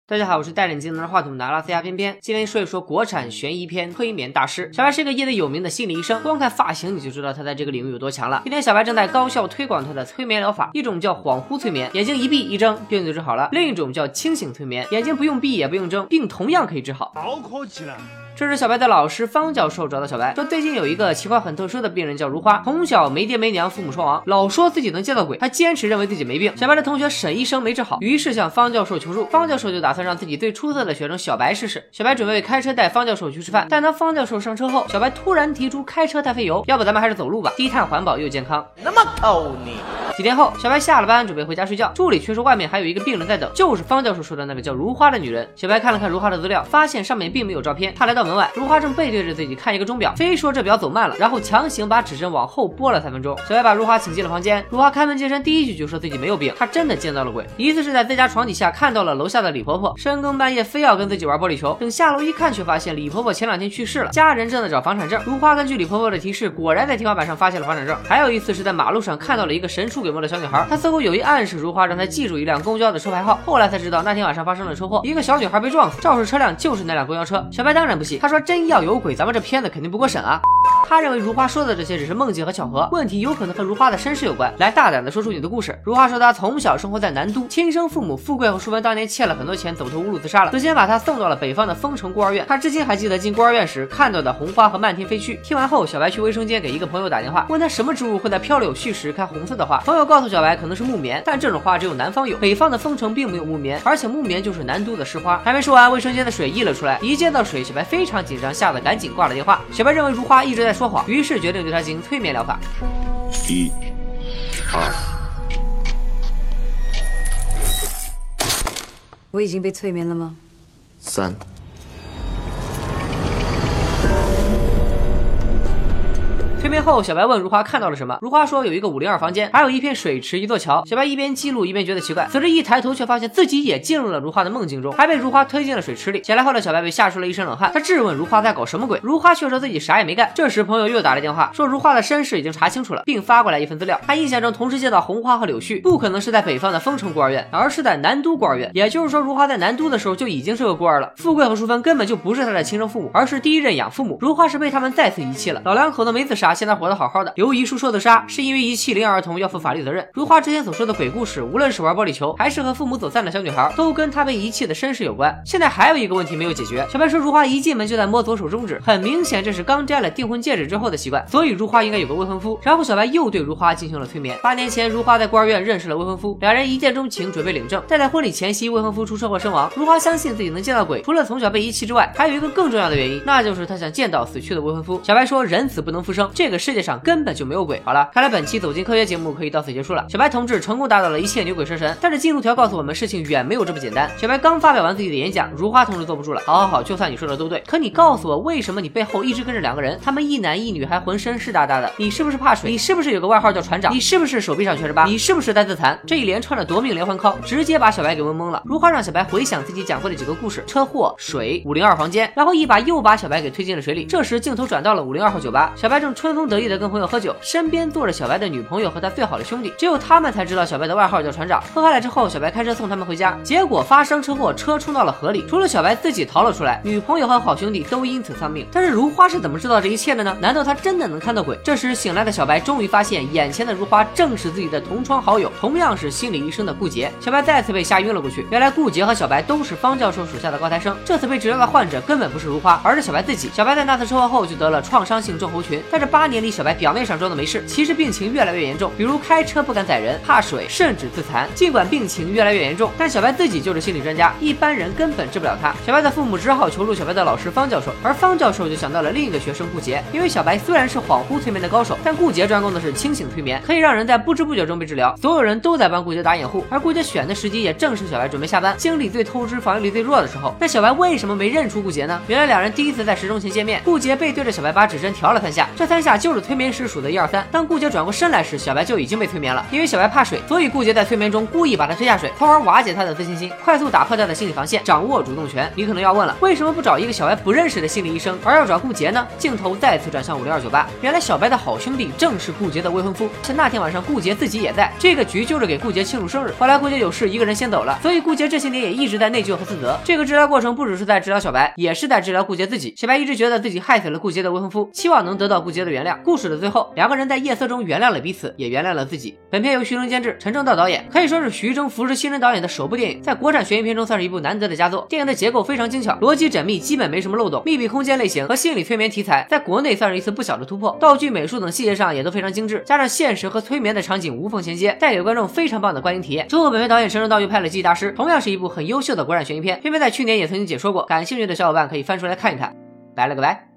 大家好，我是带领技能话筒的阿拉斯加偏偏，今天说一说国产悬疑片《催眠大师》。小白是一个业内有名的心理医生，光看发型你就知道他在这个领域有多强了。今天小白正在高效推广他的催眠疗法，一种叫恍惚催眠，眼睛一闭一睁，病就治好了；另一种叫清醒催眠，眼睛不用闭也不用睁，病同样可以治好。 好可惜了。 这是小白的老师方教授找到小白，说最近有一个情况很特殊的病人叫如花，从小没爹没娘，父母双亡，老说自己能见到鬼，他坚持认为自己没病。小白的同学沈医生没治好，于是向方教授求助，方教授就打算让自己最出色的学生小白试试。小白准备开车带方教授去吃饭，但当方教授上车后，小白突然提出开车太费油，要不咱们还是走路吧，低碳环保又健康。 那么抠你。 几天后，小白下了班准备回家睡觉，助理却说外面还有一个病人在等，就是方教授说的那个叫如花的女人。小白看了看如花的资料，发现上面并没有照片。他来到门外，如花正背对着自己看一个钟表，非说这表走慢了，然后强行把指针往后拨了3分钟。小白把如花请进了房间，如花开门见山第一句就说自己没有病，她真的见到了鬼。一次是在自家床底下看到了楼下的李婆婆，深更半夜非要跟自己玩玻璃球，等下楼一看却发现李婆婆前2天去世了，家人正在找房产证。如花根据李婆婆的提示，果然在天花板上发现了房产证。还有一次是在马路上看到了一个神出鬼没的小女孩，她似乎有意暗示如花让她记住一辆公交的车牌号，后来才知道那天晚上发生了车祸，一个小女孩被撞死，肇事车辆就是那辆公交车。小白当然不信，他说真要有鬼，咱们这片子肯定不过审啊。他认为如花说的这些只是梦境和巧合，问题有可能和如花的身世有关。来大胆的说出你的故事。如花说她从小生活在南都，亲生父母富贵和淑文当年欠了很多钱，走投无路自杀了，祖先把她送到了北方的丰城孤儿院。她至今还记得进孤儿院时看到的红花和漫天飞絮。听完后，小白去卫生间给一个朋友打电话，问他什么植物会在漂柳絮时开红色的花。朋友告诉小白可能是木棉，但这种花只有南方有，北方的丰城并没有木棉，而且木棉就是南都的市花。还没说完，卫生间的水溢了出来，一见到水，小白非常紧张，吓得赶紧挂了电话。小白认为如花一直在说谎，于是决定对他进行催眠疗法。 1、2。 我已经被催眠了吗 3。 催眠后，小白问如花看到了什么，如花说有一个502房间，还有一片水池，一座桥。小白一边记录一边觉得奇怪，此时一抬头却发现自己也进入了如花的梦境中，还被如花推进了水池里。醒来后的小白被吓出了一身冷汗，他质问如花在搞什么鬼，如花却说自己啥也没干。这时朋友又打来电话，说如花的身世已经查清楚了，并发过来一份资料。他印象中同时见到红花和柳絮，不可能是在北方的丰城孤儿院，而是在南都孤儿院。也就是说，如花在南都的时候就已经是个孤儿了。富贵和淑芬根本就不是他的亲生父母，而是第一任养父母。如花是被他们再次遗弃了，老两口都没自杀，现在活得好好的。刘姨叔说的杀是因为遗弃领养儿童要负法律责任。如花之前所说的鬼故事，无论是玩玻璃球还是和父母走散的小女孩，都跟她被遗弃的身世有关。现在还有一个问题没有解决，小白说如花一进门就在摸左手中指，很明显这是刚摘了订婚戒指之后的习惯，所以如花应该有个未婚夫。然后小白又对如花进行了催眠。8年前如花在孤儿院认识了未婚夫，两人一见钟情，准备领证。但在婚礼前夕，未婚夫出车祸身亡。如花相信自己能见到鬼，除了从小被遗弃之外，还有一个更重要的原因，那就是她想见到死去的未婚夫。小白说人死不能复生，这个世界上根本就没有鬼。好了，看来本期走进科学节目可以到此结束了。小白同志成功打倒了一切牛鬼蛇神，但是进度条告诉我们事情远没有这么简单。小白刚发表完自己的演讲，如花同志坐不住了，好，就算你说的都对，可你告诉我为什么你背后一直跟着2个人，他们一男一女，还浑身湿哒哒的，你是不是怕水？你是不是有个外号叫船长？你是不是手臂上全是疤？你是不是带自残？这一连串的夺命连环 call 直接把小白给问懵了。如花让小白回想自己讲过的几个故事，车祸、水、502房间，然后一把又把小白给推进了水里。这时镜头转到了502号酒吧，小白正春风得意的跟朋友喝酒，身边坐着小白的女朋友和他最好的兄弟，只有他们才知道小白的外号叫船长。喝嗨了之后，小白开车送他们回家，结果发生车祸，车冲到了河里，除了小白自己逃了出来，女朋友和好兄弟都因此丧命。但是如花是怎么知道这一切的呢？难道她真的能看到鬼？这时醒来的小白终于发现，眼前的如花正是自己的同窗好友，同样是心理医生的顾杰。小白再次被吓晕了过去。原来顾杰和小白都是方教授属下的高材生，这次被治疗的患者根本不是如花，而是小白自己。小白在那次车祸后就得了创伤性症候群，在这8年里，小白表面上装的没事，其实病情越来越严重，比如开车不敢载人，怕水，甚至自残。尽管病情越来越严重，但小白自己就是心理专家，一般人根本治不了他。小白的父母只好求助小白的老师方教授，而方教授就想到了另一个学生顾杰。因为小白虽然是恍惚催眠的高手，但顾杰专攻的是清醒催眠，可以让人在不知不觉中被治疗。所有人都在帮顾杰打掩护，而顾杰选的时机也正是小白准备下班，精力最透支、防御力最弱的时候。那小白为什么没认出顾杰呢？原来2人第一次在10钟前见面，顾杰背对着小白把指针调了3下，这3下下就是催眠师数的1、2、3。当顾杰转过身来时，小白就已经被催眠了。因为小白怕水，所以顾杰在催眠中故意把他推下水，从而瓦解他的自信心，快速打破他的心理防线，掌握主动权。你可能要问了，为什么不找一个小白不认识的心理医生，而要找顾杰呢？镜头再次转向502酒吧，原来小白的好兄弟正是顾杰的未婚夫，是那天晚上顾杰自己也在。这个局就是给顾杰庆祝生日。后来顾杰有事一个人先走了，所以顾杰这些年也一直在内疚和自责。这个治疗过程不只是在治疗小白，也是在治疗顾杰自己。小白一直觉得自己害死了顾杰的未婚夫，期望能得到顾杰的原谅。故事的最后，两个人在夜色中原谅了彼此，也原谅了自己。本片由徐峥监制，陈正道导演，可以说是徐峥扶持新人导演的首部电影，在国产悬疑片中算是一部难得的佳作。电影的结构非常精巧，逻辑缜密，基本没什么漏洞。密闭空间类型和心理催眠题材在国内算是一次不小的突破，道具、美术等细节上也都非常精致，加上现实和催眠的场景无缝衔接，带给观众非常棒的观影体验。之后本片导演陈正道又拍了《记忆大师》，同样是一部很优秀的国产悬疑片。片片在去年也曾经解说过，感兴趣的小伙伴可以翻出来看一看。拜了个拜。